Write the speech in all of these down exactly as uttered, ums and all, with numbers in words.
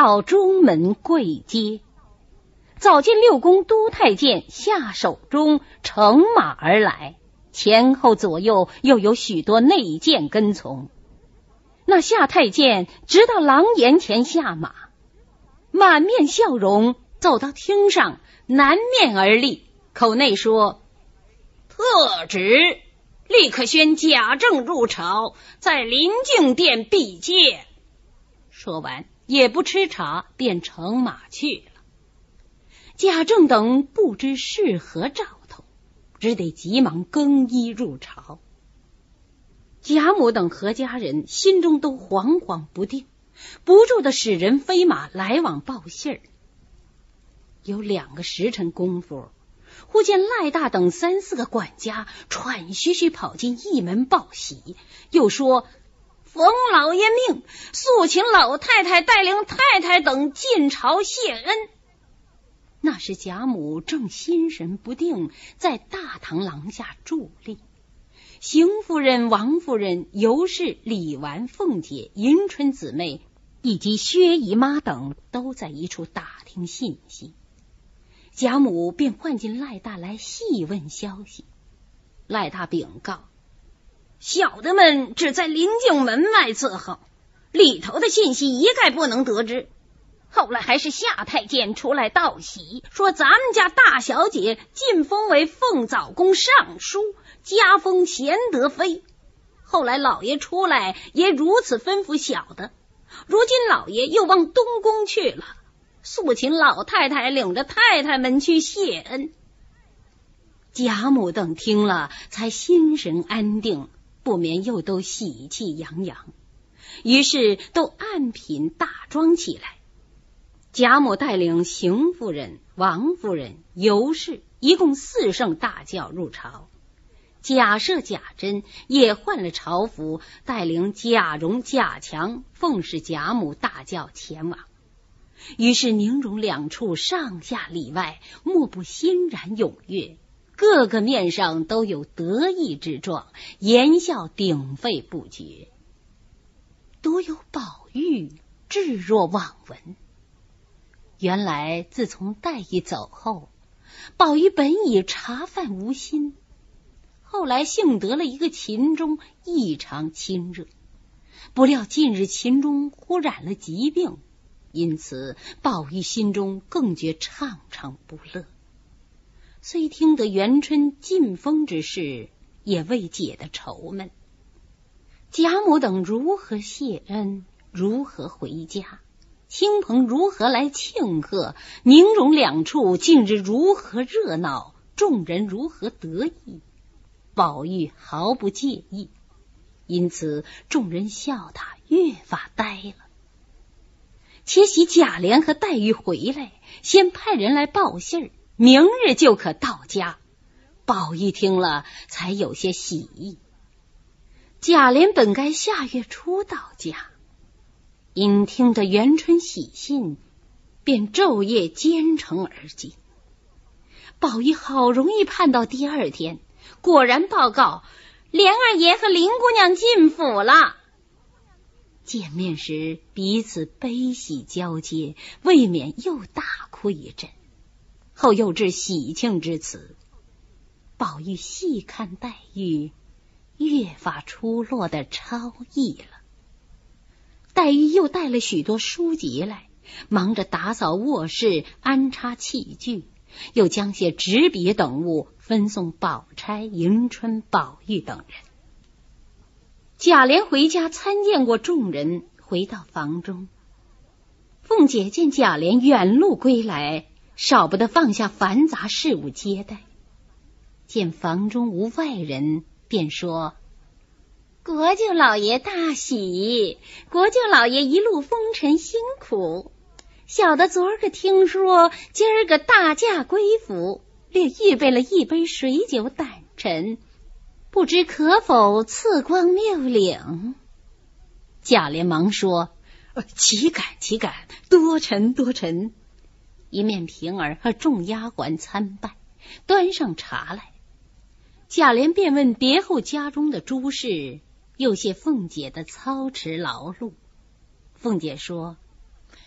到中门跪阶，早见六宫都太监下手中乘马而来，前后左右又有许多内监跟从。那夏太监直到廊檐前下马，满面笑容，走到厅上，南面而立，口内说：特旨，立刻宣贾政入朝，在临静殿避阶。说完也不吃茶，便乘马去了。贾政等不知是何兆头，只得急忙更衣入朝。贾母等何家人心中都惶惶不定，不住的使人飞马来往报信儿。有两个时辰功夫，忽见赖大等三四个管家喘吁吁跑进一门报喜，又说奉老爷命，速请老太太带领太太等进朝谢恩。那时贾母正心神不定，在大堂廊下伫立。邢夫人、王夫人、尤氏、李纨、凤姐、迎春姊妹以及薛姨妈等都在一处打听信息。贾母便唤进赖大来细问消息。赖大禀告：小的们只在临静门外伺候，里头的信息一概不能得知。后来还是夏太监出来道喜，说咱们家大小姐晋封为凤藻宫尚书，加封贤德妃。后来老爷出来也如此吩咐小的，如今老爷又往东宫去了，速请老太太领着太太们去谢恩。贾母等听了，才心神安定，不免又都喜气洋洋，于是都按品大装起来。贾母带领邢夫人、王夫人、尤氏一共四乘大轿入朝。贾赦、贾珍也换了朝服，带领贾蓉、贾强奉侍贾母大轿前往。于是宁荣两处上下里外莫不欣然踊跃，个个面上都有得意之状，言笑鼎沸不绝。独有宝玉置若罔闻。原来自从黛玉走后，宝玉本已茶饭无心，后来幸得了一个秦钟，异常亲热。不料近日秦钟忽染了疾病，因此宝玉心中更觉怅怅不乐。虽听得元春晋封之事，也未解得愁闷。贾母等如何谢恩，如何回家，亲朋如何来庆贺，宁荣两处近日如何热闹，众人如何得意，宝玉毫不介意，因此众人笑他越发呆了。且喜贾琏和黛玉回来，先派人来报信儿，明日就可到家。宝玉听了，才有些喜意。贾琏本该下月初到家，因听得元春喜信，便昼夜兼程而进。宝玉好容易盼到第二天，果然报告琏二爷和林姑娘进府了。见面时彼此悲喜交接，未免又大哭一阵。后又至喜庆之词，宝玉细看黛玉，越发出落的超意了。黛玉又带了许多书籍来，忙着打扫卧室，安插器具，又将些纸笔等物分送宝钗、迎春、宝玉等人。贾琏回家参见过众人，回到房中，凤姐见贾琏远路归来，少不得放下繁杂事务接待。见房中无外人，便说：国舅老爷大喜，国舅老爷一路风尘辛苦，小的昨儿个听说今儿个大驾归府，略预备了一杯水酒胆陈，不知可否赐光谬领。贾琏忙说：岂敢岂敢，多陈多陈。一面平儿和众丫鬟参拜，端上茶来。贾琏便问别后家中的诸事，又谢凤姐的操持劳碌。凤姐说：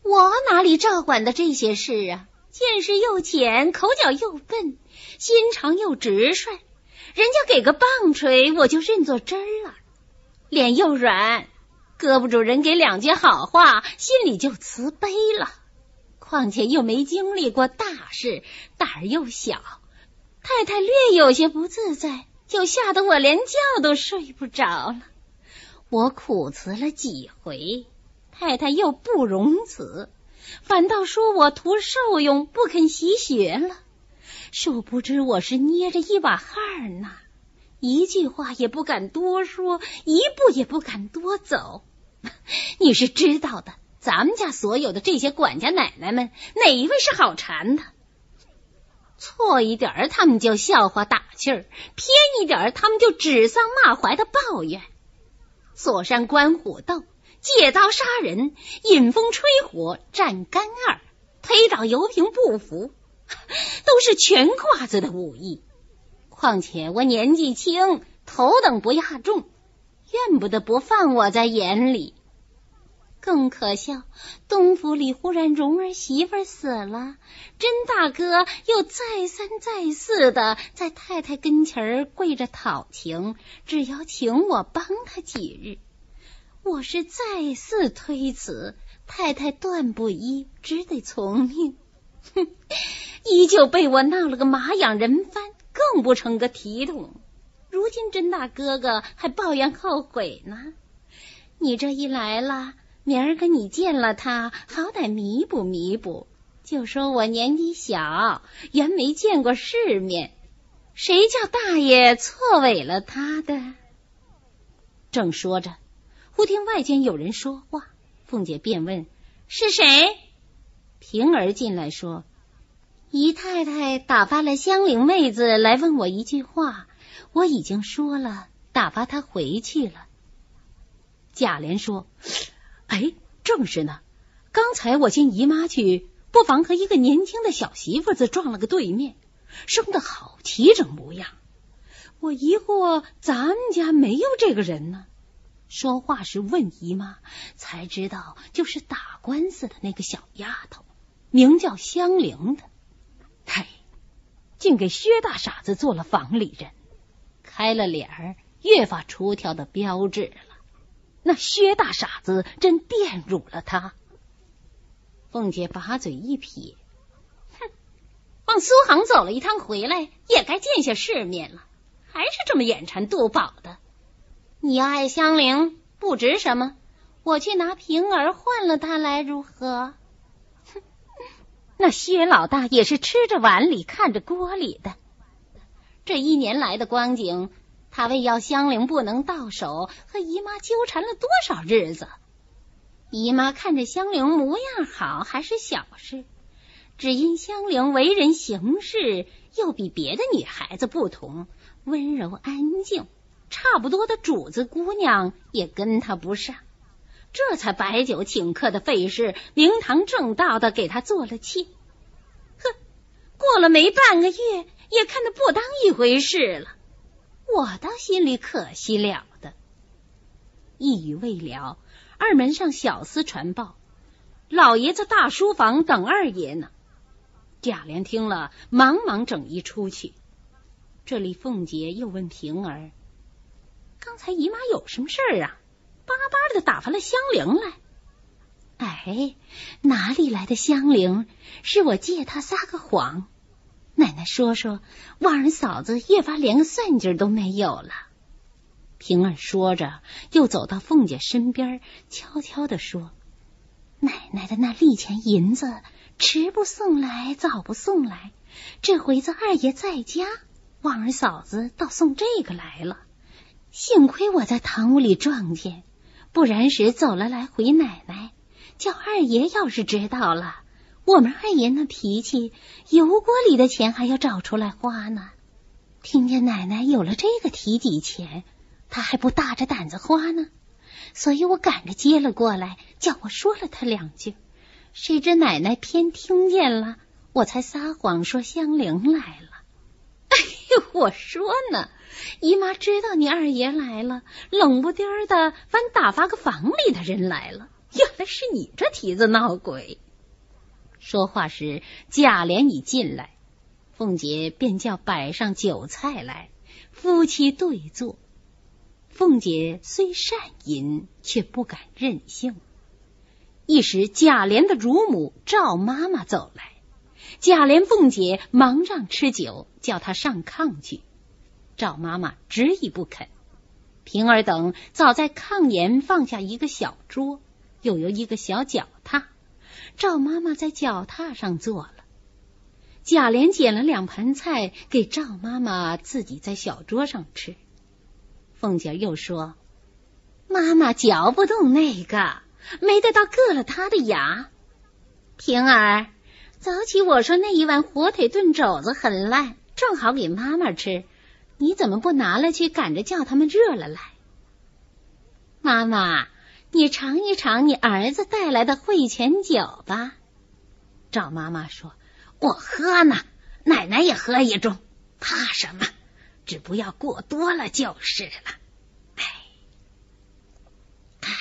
我哪里照管的这些事啊？见识又浅，口角又笨，心肠又直率，人家给个棒槌，我就认作真儿了。脸又软，搁不住人给两句好话，心里就慈悲了。况且又没经历过大事，胆儿又小，太太略有些不自在，就吓得我连觉都睡不着了。我苦辞了几回，太太又不容辞，反倒说我图受用，不肯习学了。殊不知我是捏着一把汗呐，一句话也不敢多说，一步也不敢多走。你是知道的，咱们家所有的这些管家奶奶们，哪一位是好缠的？错一点他们就笑话打气儿，偏一点他们就指桑骂槐的抱怨。锁山观虎斗，借刀杀人，引风吹火，战干二，推倒油瓶不服，都是全胯子的武艺。况且我年纪轻，头等不压重，怨不得不放我在眼里。更可笑，东府里忽然蓉儿媳妇死了，甄大哥又再三再四的在太太跟前儿跪着讨情，只要请我帮他几日。我是再四推辞，太太断不依，只得从命。哼，依旧被我闹了个马仰人翻，更不成个体统。如今甄大哥哥还抱怨后悔呢。你这一来了，明儿个你见了他，好歹弥补弥补。就说我年纪小，原没见过世面，谁叫大爷错委了他的？正说着，忽听外间有人说话，凤姐便问是谁。平儿进来说，姨太太打发了香菱妹子来问我一句话，我已经说了，打发她回去了。贾琏说，哎，正是呢，刚才我见姨妈去，不妨和一个年轻的小媳妇子撞了个对面，生得好齐整模样。我疑惑咱们家没有这个人呢。说话时问姨妈，才知道就是打官司的那个小丫头，名叫香菱的。嘿，竟给薛大傻子做了房里人，开了脸儿，越发出挑的标致了。那薛大傻子真玷辱了他。凤姐把嘴一撇，哼，往苏杭走了一趟回来，也该见下世面了，还是这么眼馋肚饱的。你要爱香菱，不值什么，我去拿平儿换了他来如何？哼，那薛老大也是吃着碗里看着锅里的。这一年来的光景，他为要香菱不能到手，和姨妈纠缠了多少日子。姨妈看着香菱模样好还是小事，只因香菱为人行事又比别的女孩子不同，温柔安静，差不多的主子姑娘也跟她不上，这才摆酒请客的费事，明堂正道的给她做了妾。呵，过了没半个月，也看得不当一回事了。我倒心里可惜了的。一语未了，二门上小厮传报，老爷子大书房等二爷呢。贾琏听了，忙忙整衣出去。这里凤姐又问平儿，刚才姨妈有什么事儿啊？巴巴的打发了香菱来。哎，哪里来的香菱？是我借她撒个谎。奶奶说说，旺儿嫂子越发连个算计都没有了。平儿说着，又走到凤姐身边，悄悄地说，奶奶的那利钱银子迟不送来，早不送来，这回子二爷在家，旺儿嫂子倒送这个来了。幸亏我在堂屋里撞见，不然时走了来回奶奶，叫二爷要是知道了，我们二爷那脾气，油锅里的钱还要找出来花呢。听见奶奶有了这个提己钱，他还不大着胆子花呢，所以我赶着接了过来，叫我说了他两句。谁知奶奶偏听见了，我才撒谎说香菱来了。哎呦，我说呢，姨妈知道你二爷来了，冷不丁的反打发个房里的人来了，原来是你这蹄子闹鬼。 说话时，贾琏已进来，凤姐便叫摆上酒菜来，夫妻对坐。凤姐虽善饮，却不敢任性。一时贾琏的乳母赵妈妈走来，贾琏、凤姐忙让吃酒，叫她上炕去。赵妈妈执意不肯。平儿等早在炕沿放下一个小桌，又有一个小脚踏，赵妈妈在脚踏上坐了。贾琏捡了两盘菜给赵妈妈，自己在小桌上吃。凤姐又说：“妈妈嚼不动那个，没得到硌了她的牙。平儿，早起我说那一碗火腿炖肘子很烂，正好给妈妈吃，你怎么不拿了去，赶着叫他们热了来？妈妈，你尝一尝你儿子带来的汇泉酒吧。”赵妈妈说：“我喝呢，奶奶也喝一盅，怕什么？只不要过多了就是了。哎，哎，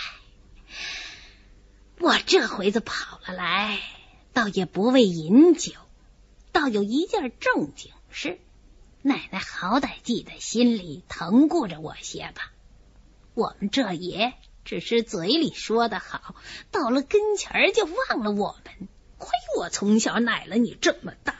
我这回子跑了来，倒也不为饮酒，倒有一件正经事。奶奶好歹记在心里，疼顾着我些吧。我们这爷只是嘴里说的好，到了跟前儿就忘了我们。亏我从小奶了你这么大。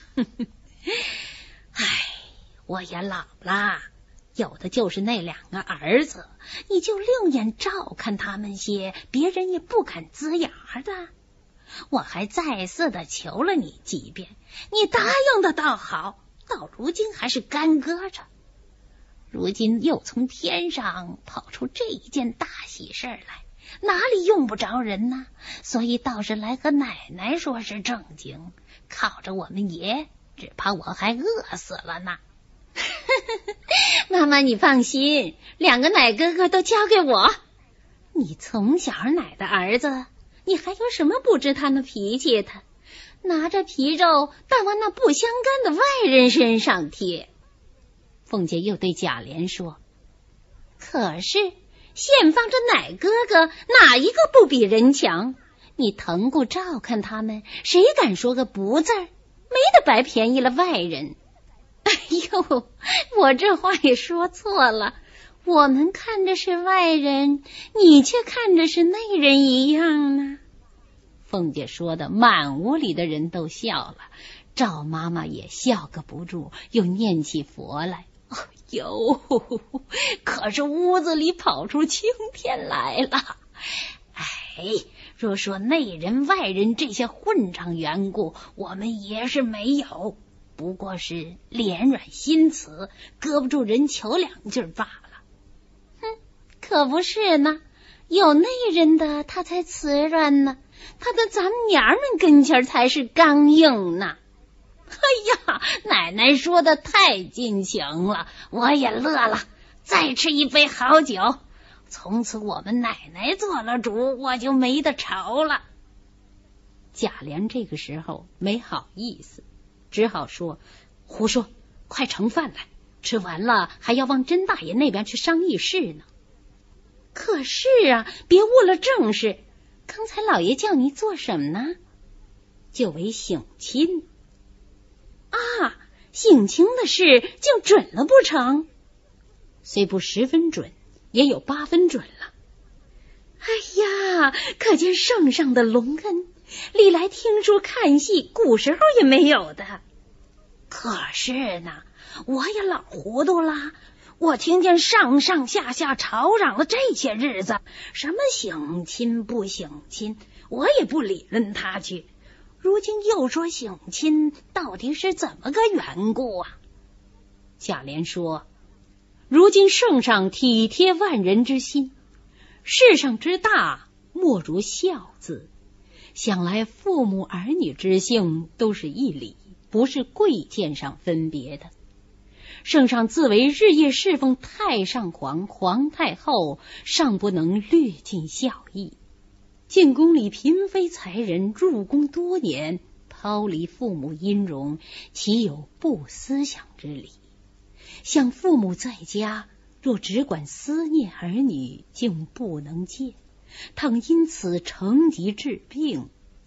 唉，我也老了，有的就是那两个儿子，你就另眼照看他们些，别人也不敢吱牙的。我还再四的求了你几遍，你答应的倒好，到如今还是干搁着。如今又从天上跑出这一件大喜事来，哪里用不着人呢？所以倒是来和奶奶说是正经，靠着我们爷，只怕我还饿死了呢。妈妈你放心，两个奶哥哥都交给我。你从小奶的儿子，你还有什么不知他那脾气的？拿着皮肉但往那不相干的外人身上贴。凤姐又对贾琏说：“可是现放着奶哥哥，哪一个不比人强？你疼顾照看他们，谁敢说个不字儿？没得白便宜了外人。”哎呦，我这话也说错了，我们看着是外人，你却看着是内人一样呢。凤姐说的满屋里的人都笑了，赵妈妈也笑个不住，又念起佛来。哎呦，可是屋子里跑出青天来了。哎，若说内人外人这些混账缘故，我们也是没有，不过是脸软心慈，搁不住人求两句罢了。哼，可不是呢，有内人的他才慈软呢，他在咱们娘们跟前才是刚硬呢。哎呀，奶奶说的太尽情了，我也乐了。再吃一杯好酒，从此我们奶奶做了主，我就没得吵了。贾琏这个时候没好意思，只好说：“胡说，快盛饭来，吃完了还要往甄大爷那边去商议事呢。”可是啊，别误了正事，刚才老爷叫你做什么呢？就为省亲。啊，省亲的事竟准了不成？虽不十分准，也有八分准了。哎呀，可见圣上的隆恩，历来听说看戏，古时候也没有的。可是呢，我也老糊涂啦。我听见上上下下吵嚷了这些日子，什么省亲不省亲，我也不理论他去。如今又说省亲，到底是怎么个缘故啊？贾琏说：“如今圣上体贴万人之心，世上之大，莫如孝字。想来父母儿女之性都是一理，不是贵贱上分别的。圣上自为日夜侍奉太上皇、皇太后，尚不能略尽孝义。进宫里嫔妃才人入宫多年，抛离父母音容，岂有不思想之理？想父母在家，若只管思念儿女，竟不能见。倘因此成疾治病，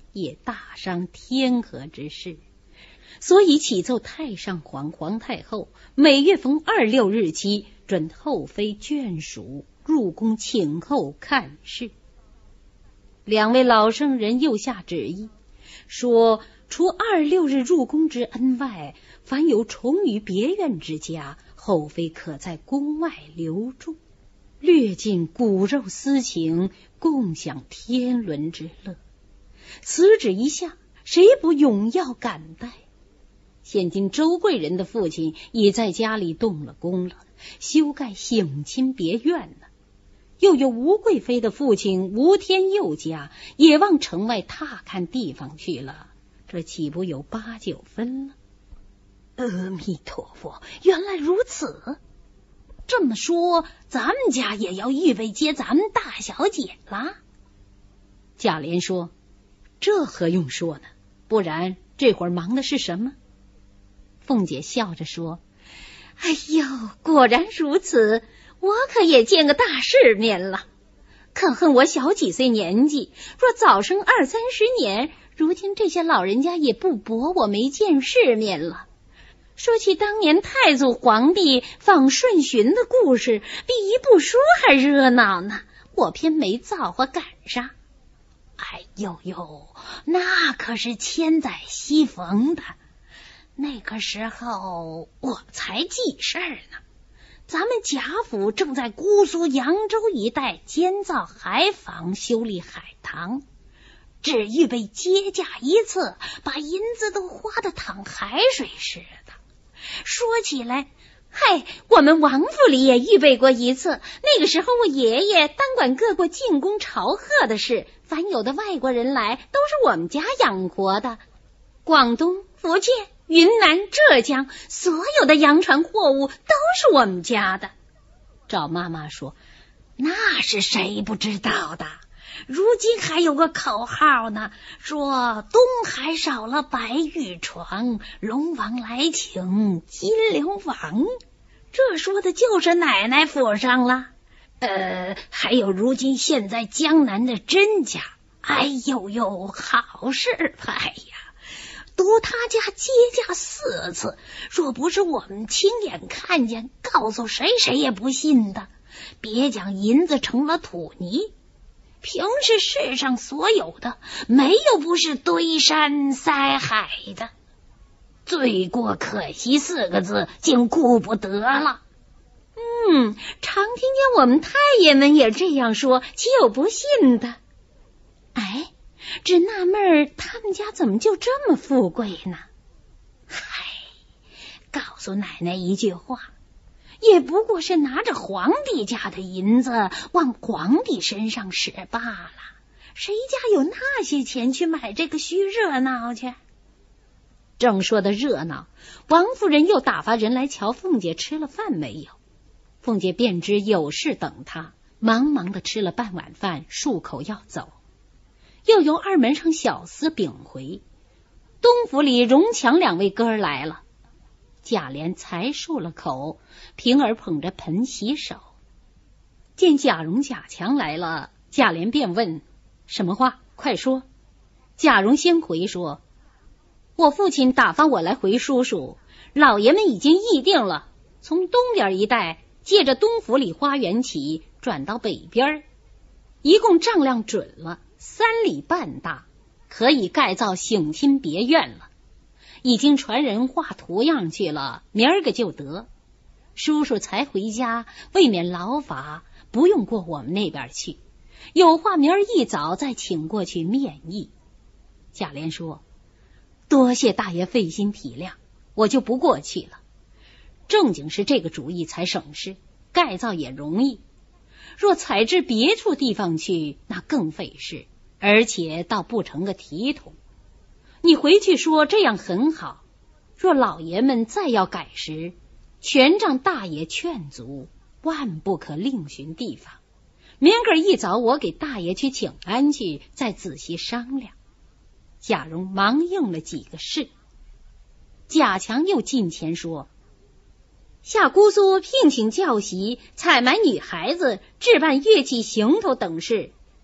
也大伤天和之势，所以启奏太上皇、皇太后，每月逢二六日期，准后妃眷属入宫请候看事。两位老圣人又下旨意，说除二六日入宫之恩外，凡有重于别院之家，后妃可在宫外留住，略尽骨肉私情，共享天伦之乐。此旨一下，谁不踊跃感戴？现今周贵人的父亲已在家里动了工了，修盖省亲别院了。又有吴贵妃的父亲吴天佑家也往城外踏看地方去了，这岂不有八九分了？阿弥陀佛，原来如此。这么说，咱们家也要预备接咱们大小姐了。贾琏说：这何用说呢？不然这会儿忙的是什么？凤姐笑着说：哎呦，果然如此，我可也见个大世面了。可恨我小几岁年纪，若早生二三十年，如今这些老人家也不驳我没见世面了。说起当年太祖皇帝访顺巡的故事，比一部书还热闹呢，我偏没造化赶上。哎呦呦，那可是千载西逢的。那个时候我才记事儿呢，咱们贾府正在姑苏扬州一带建造海坊，修理海棠，只预备接驾一次，把银子都花得淌海水似的。说起来，嗨，我们王府里也预备过一次，那个时候我爷爷单管各国进贡朝贺的事，凡有的外国人来，都是我们家养活的。广东、福建、云南、浙江，所有的洋船货物都是我们家的。赵妈妈说：那是谁不知道的？如今还有个口号呢，说东海少了白玉床，龙王来请金流王。这说的就是奶奶府上了。呃，还有如今现在江南的甄家，哎呦呦，好事派呀！都他家接驾四次，若不是我们亲眼看见，告诉谁谁也不信的。别讲银子成了土泥，平时世上所有的，没有不是堆山塞海的。罪过可惜四个字，竟顾不得了。嗯，常听见我们太爷们也这样说，岂有不信的？哎，只纳闷儿，他们家怎么就这么富贵呢？嗨，告诉奶奶一句话，也不过是拿着皇帝家的银子往皇帝身上使罢了，谁家有那些钱去买这个虚热闹去？正说的热闹，王夫人又打发人来瞧凤姐吃了饭没有。凤姐便知有事等她，忙忙的吃了半碗饭，漱口要走。又由二门上小厮禀回，东府里荣强两位哥儿来了。贾琏才漱了口，平儿捧着盆洗手。见贾蓉、贾强来了，贾琏便问：什么话？快说。贾蓉先回说：我父亲打发我来回叔叔，老爷们已经议定了，从东边一带借着东府里花园起，转到北边，一共丈量准了，三里半大，可以盖造省亲别院了。已经传人画图样去了，明儿个就得。叔叔才回家，未免劳乏，不用过我们那边去，有话明儿一早再请过去面议。贾琏说：多谢大爷费心体谅，我就不过去了。正经是这个主意才省事，盖造也容易。若采至别处地方去，那更费事，而且倒不成个体统。你回去说这样很好，若老爷们再要改时，全仗大爷劝阻，万不可另寻地方。明个一早我给大爷去请安去，再仔细商量。贾蓉忙应了几个是。贾强又近前说：下姑苏聘请教习，采买女孩子，置办乐器行头等事，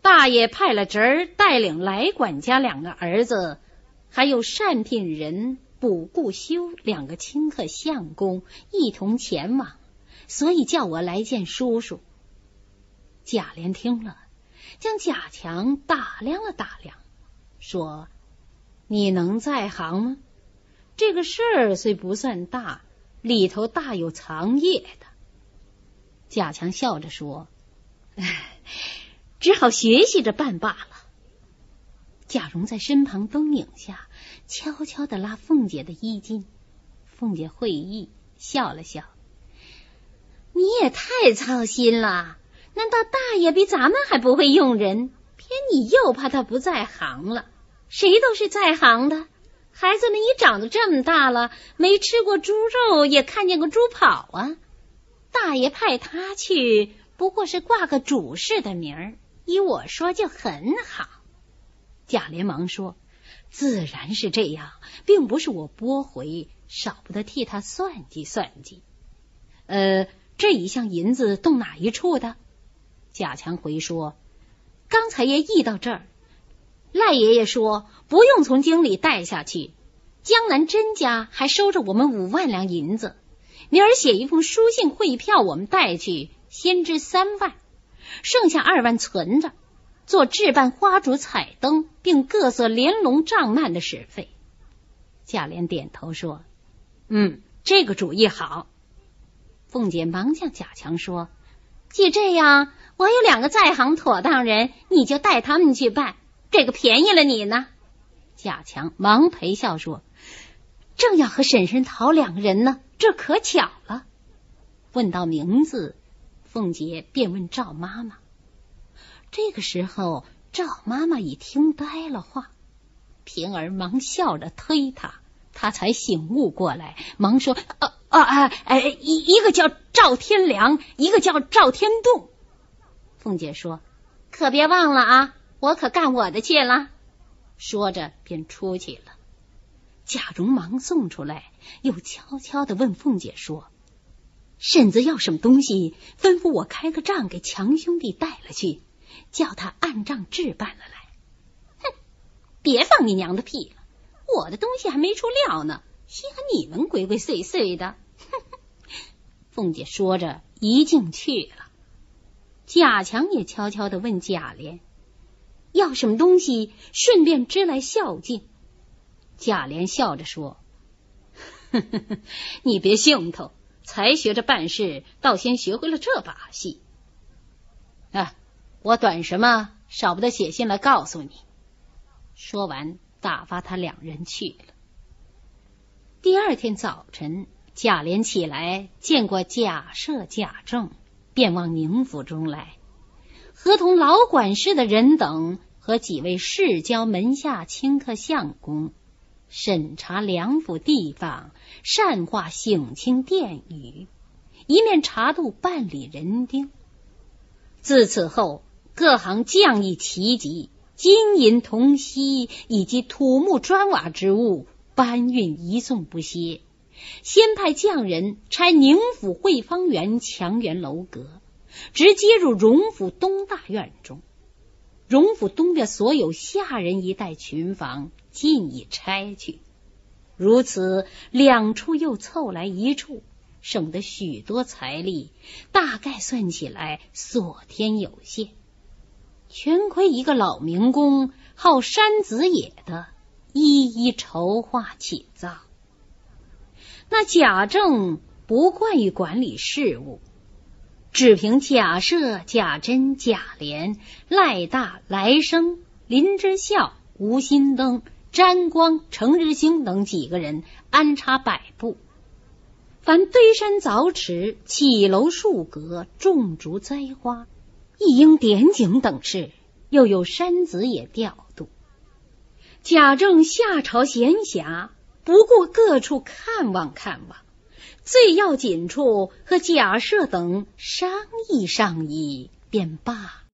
大爷派了侄儿带领来管家两个儿子，还有单聘仁、卜固修两个亲客相公一同前往，所以叫我来见叔叔。贾琏听了，将贾强打量了打量，说：“你能在行吗？这个事儿虽不算大，里头大有藏掖的。”贾强笑着说：“唉，只好学习着办罢了。”贾蓉在身旁灯影下悄悄地拉凤姐的衣襟，凤姐会意，笑了笑：“你也太操心了，难道大爷比咱们还不会用人？偏你又怕他不在行了。谁都是在行的，孩子们你长得这么大了，没吃过猪肉也看见过猪跑啊。大爷派他去不过是挂个主事的名儿，依我说就很好。”贾琏忙说：“自然是这样，并不是我驳回，少不得替他算计算计。呃，这一项银子动哪一处的？”贾强回说：“刚才也议到这儿，赖爷爷说不用从京里带下去，江南甄家还收着我们五万两银子，明儿写一封书信汇票，我们带去，先支三万，剩下二万存着，做置办花烛彩灯并各色帘笼帐幔的使费。”贾琏点头说：“嗯，这个主意好。”凤姐忙向贾强说：“既这样，我有两个在行妥当人，你就带他们去办，这个便宜了你呢。”贾强忙陪笑说：“正要和婶婶讨两个人呢，这可巧了。”问到名字，凤姐便问赵妈妈。这个时候赵妈妈已听呆了话，平儿忙笑着推她，她才醒悟过来，忙说：“啊啊啊！哎，一一个叫赵天良，一个叫赵天栋。”凤姐说：“可别忘了啊，我可干我的去了。”说着便出去了。贾蓉忙送出来，又悄悄地问凤姐说：“婶子要什么东西，吩咐我开个账给强兄弟带了去，叫他按账置办了来。”“哼，别放你娘的屁了，我的东西还没出料呢，稀罕你们鬼鬼祟祟的。”凤姐说着一径去了。贾强也悄悄地问贾琏要什么东西，顺便支来孝敬。贾琏笑着说：“呵呵呵，你别兴头，才学着办事，倒先学会了这把戏。啊，我短什么，少不得写信来告诉你。”说完打发他两人去了。第二天早晨，贾琏起来见过贾赦、贾政，便往宁府中来，合同老管事的人等和几位世交门下清客相公，审查梁府地方，善化省亲殿宇，一面查度办理人丁。自此后，各行匠艺奇集，金银铜锡以及土木砖瓦之物搬运移送不歇。先派匠人拆宁府汇芳园墙垣楼阁，直接入荣府东大院中。荣府东边所有下人一带群房尽已拆去，如此两处又凑来一处，省得许多财力，大概算起来所添有限。全亏一个老民工好山子野的一一筹划起造。那贾政不惯于管理事务，只凭贾赦、贾珍、贾琏、赖大、来生、林之孝、吴新登、詹光、程日兴等几个人安插摆布，凡堆山凿池、起楼树阁、种竹栽花、一应点景等事，又有山子野调度。贾政下朝闲暇，不过各处看望看望，最要紧处和贾赦等商议商议便罢了。